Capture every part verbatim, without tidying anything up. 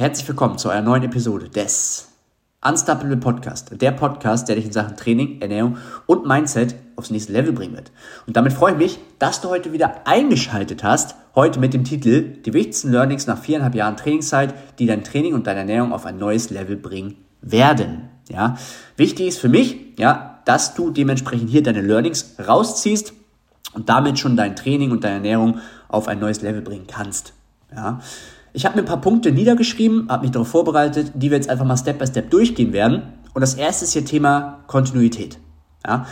Herzlich willkommen zu einer neuen Episode des Unstoppable Podcast. Der Podcast, der dich in Sachen Training, Ernährung und Mindset aufs nächste Level bringen wird. Und damit freue ich mich, dass du heute wieder eingeschaltet hast. Heute mit dem Titel Die wichtigsten Learnings nach viereinhalb Jahren Trainingszeit, die dein Training und deine Ernährung auf ein neues Level bringen werden. Ja, wichtig ist für mich, ja, dass du dementsprechend hier deine Learnings rausziehst und damit schon dein Training und deine Ernährung auf ein neues Level bringen kannst. Ja. Ich habe mir ein paar Punkte niedergeschrieben, habe mich darauf vorbereitet, die wir jetzt einfach mal Step by Step durchgehen werden. Und das erste ist hier Thema Kontinuität. Ja,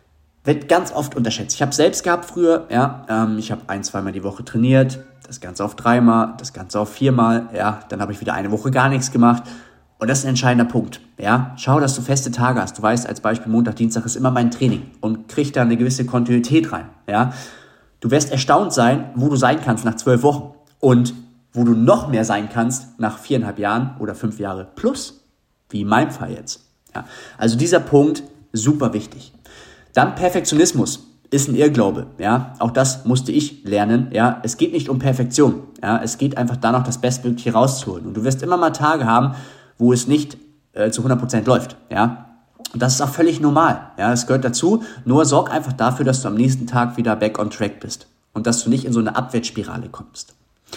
wird ganz oft unterschätzt. Ich habe es selbst gehabt früher. Ja, ähm, ich habe ein, zweimal die Woche trainiert, das Ganze auf dreimal, das Ganze auf viermal. Ja, dann habe ich wieder eine Woche gar nichts gemacht. Und das ist ein entscheidender Punkt. Ja, schau, dass du feste Tage hast. Du weißt, als Beispiel Montag, Dienstag ist immer mein Training und krieg da eine gewisse Kontinuität rein. Ja, du wirst erstaunt sein, wo du sein kannst nach zwölf Wochen und wo du noch mehr sein kannst nach viereinhalb Jahren oder fünf Jahre plus, wie in meinem Fall jetzt. Ja, also dieser Punkt, super wichtig. Dann Perfektionismus ist ein Irrglaube. Ja, auch das musste ich lernen. Ja, es geht nicht um Perfektion. Ja, es geht einfach danach, das Bestmögliche rauszuholen. Und du wirst immer mal Tage haben, wo es nicht äh, zu hundert Prozent läuft. Ja, und das ist auch völlig normal. Ja, es gehört dazu. Nur sorg einfach dafür, dass du am nächsten Tag wieder back on track bist und dass du nicht in so eine Abwärtsspirale kommst.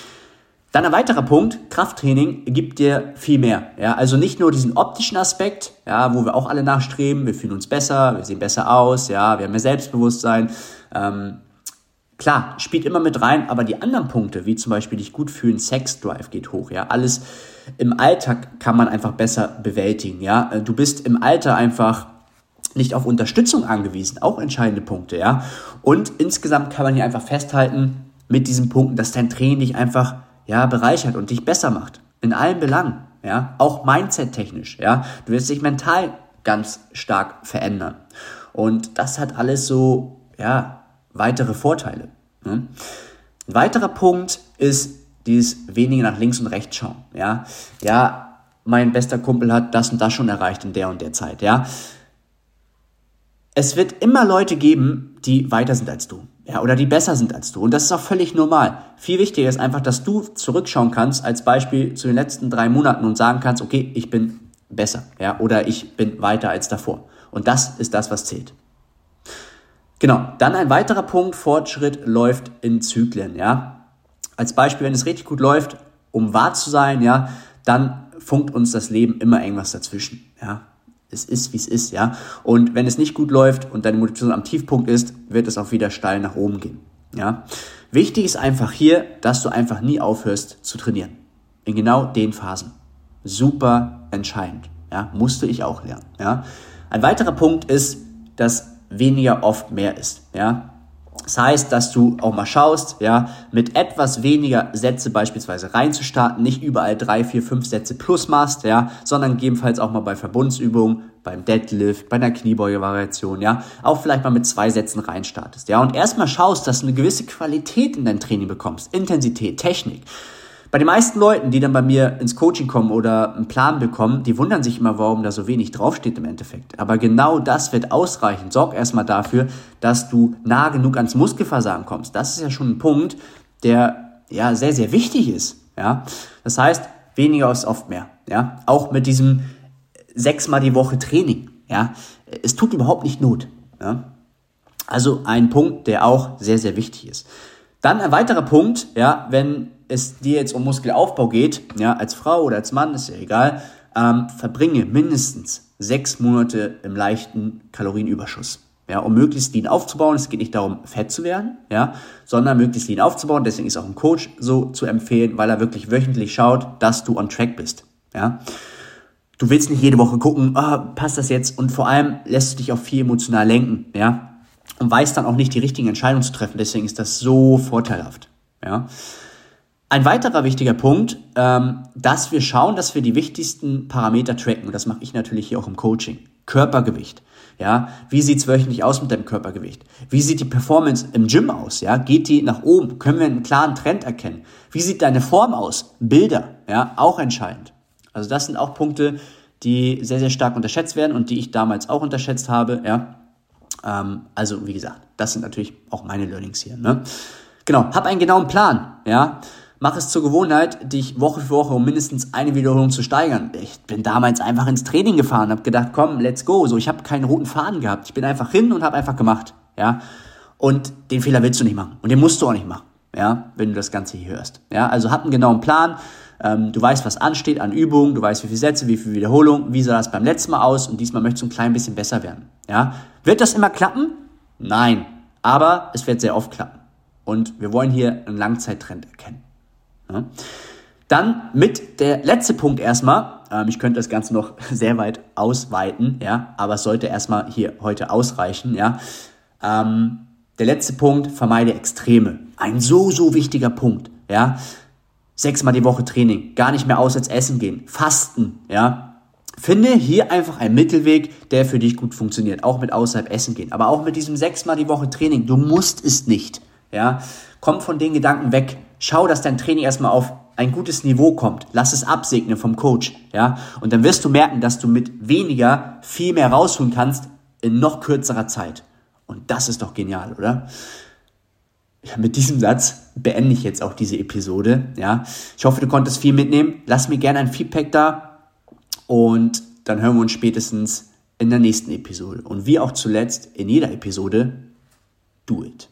Dann ein weiterer Punkt, Krafttraining gibt dir viel mehr. Ja, also nicht nur diesen optischen Aspekt, ja, wo wir auch alle nachstreben, wir fühlen uns besser, wir sehen besser aus, ja, wir haben mehr Selbstbewusstsein. Ähm, klar, spielt immer mit rein, aber die anderen Punkte, wie zum Beispiel dich gut fühlen, Sex-Drive geht hoch, ja, alles im Alltag kann man einfach besser bewältigen, ja. Du bist im Alter einfach nicht auf Unterstützung angewiesen, auch entscheidende Punkte, ja. Und insgesamt kann man hier einfach festhalten mit diesen Punkten, dass dein Training dich einfach ja, bereichert und dich besser macht. In allen Belangen, ja, auch mindset-technisch, ja. Du wirst dich mental ganz stark verändern. Und das hat alles so, ja, weitere Vorteile. Ne? Ein weiterer Punkt ist dieses weniger nach links und rechts schauen, ja. Ja, mein bester Kumpel hat das und das schon erreicht in der und der Zeit, ja. Es wird immer Leute geben, die weiter sind als du. Ja, oder die besser sind als du. Und das ist auch völlig normal. Viel wichtiger ist einfach, dass du zurückschauen kannst, als Beispiel zu den letzten drei Monaten und sagen kannst, okay, ich bin besser, ja, oder ich bin weiter als davor. Und das ist das, was zählt. Genau. Dann ein weiterer Punkt, Fortschritt läuft in Zyklen, ja. Als Beispiel, wenn es richtig gut läuft, um wahr zu sein, ja, dann funkt uns das Leben immer irgendwas dazwischen, ja. Es ist, wie es ist, ja. Und wenn es nicht gut läuft und deine Motivation am Tiefpunkt ist, wird es auch wieder steil nach oben gehen, ja. Wichtig ist einfach hier, dass du einfach nie aufhörst zu trainieren. In genau den Phasen. Super entscheidend, ja. Musste ich auch lernen, ja. Ein weiterer Punkt ist, dass weniger oft mehr ist, ja. Das heißt, dass du auch mal schaust, ja, mit etwas weniger Sätze beispielsweise reinzustarten, nicht überall drei, vier, fünf Sätze plus machst, ja, sondern gegebenenfalls auch mal bei Verbundsübungen, beim Deadlift, bei einer Kniebeuge-Variation, ja, auch vielleicht mal mit zwei Sätzen reinstartest, ja, und erstmal schaust, dass du eine gewisse Qualität in dein Training bekommst, Intensität, Technik. Bei den meisten Leuten, die dann bei mir ins Coaching kommen oder einen Plan bekommen, die wundern sich immer, warum da so wenig draufsteht im Endeffekt. Aber genau das wird ausreichen. Sorg erstmal dafür, dass du nah genug ans Muskelversagen kommst. Das ist ja schon ein Punkt, der ja sehr, sehr wichtig ist. Ja, das heißt, weniger ist oft mehr. Ja, auch mit diesem sechsmal die Woche Training. Ja, es tut überhaupt nicht Not. Ja, also ein Punkt, der auch sehr, sehr wichtig ist. Dann ein weiterer Punkt, ja, wenn es dir jetzt um Muskelaufbau geht, ja, als Frau oder als Mann, ist ja egal, ähm, verbringe mindestens sechs Monate im leichten Kalorienüberschuss, ja, um möglichst lean aufzubauen. Es geht nicht darum, fett zu werden, ja, sondern möglichst lean aufzubauen. Deswegen ist auch ein Coach so zu empfehlen, weil er wirklich wöchentlich schaut, dass du on track bist, ja. Du willst nicht jede Woche gucken, oh, passt das jetzt? Und vor allem lässt du dich auch viel emotional lenken, ja, und weißt dann auch nicht, die richtigen Entscheidungen zu treffen. Deswegen ist das so vorteilhaft, ja. Ein weiterer wichtiger Punkt, ähm, dass wir schauen, dass wir die wichtigsten Parameter tracken. Und das mache ich natürlich hier auch im Coaching. Körpergewicht. Ja, wie sieht's wöchentlich aus mit deinem Körpergewicht? Wie sieht die Performance im Gym aus? Ja, geht die nach oben? Können wir einen klaren Trend erkennen? Wie sieht deine Form aus? Bilder, ja, auch entscheidend. Also das sind auch Punkte, die sehr, sehr stark unterschätzt werden und die ich damals auch unterschätzt habe. Ja, ähm, also wie gesagt, das sind natürlich auch meine Learnings hier. Ne? Genau, hab einen genauen Plan. Ja. Mach es zur Gewohnheit, dich Woche für Woche um mindestens eine Wiederholung zu steigern. Ich bin damals einfach ins Training gefahren, habe gedacht, komm, let's go. So, ich habe keinen roten Faden gehabt. Ich bin einfach hin und habe einfach gemacht. Ja, und den Fehler willst du nicht machen und den musst du auch nicht machen. Ja, wenn du das Ganze hier hörst. Ja, also hab einen genauen Plan. Ähm, du weißt, was ansteht an Übungen. Du weißt, wie viele Sätze, wie viele Wiederholungen. Wie sah das beim letzten Mal aus? Und diesmal möchtest du ein klein bisschen besser werden. Ja, wird das immer klappen? Nein, aber es wird sehr oft klappen. Und wir wollen hier einen Langzeittrend erkennen. Ja. Dann mit der letzte Punkt erstmal, ähm, ich könnte das Ganze noch sehr weit ausweiten, ja, aber es sollte erstmal hier heute ausreichen, ja. Ähm, der letzte Punkt, vermeide Extreme. Ein so, so wichtiger Punkt, ja. Sechsmal die Woche Training, gar nicht mehr auswärts essen gehen, fasten, ja. Finde hier einfach einen Mittelweg, der für dich gut funktioniert, auch mit außerhalb essen gehen, aber auch mit diesem sechsmal die Woche Training, du musst es nicht, ja. Komm von den Gedanken weg. Schau, dass dein Training erstmal auf ein gutes Niveau kommt. Lass es absegnen vom Coach, ja. Und dann wirst du merken, dass du mit weniger viel mehr rausholen kannst in noch kürzerer Zeit. Und das ist doch genial, oder? Ja, mit diesem Satz beende ich jetzt auch diese Episode, ja. Ich hoffe, du konntest viel mitnehmen. Lass mir gerne ein Feedback da und dann hören wir uns spätestens in der nächsten Episode. Und wie auch zuletzt in jeder Episode, do it.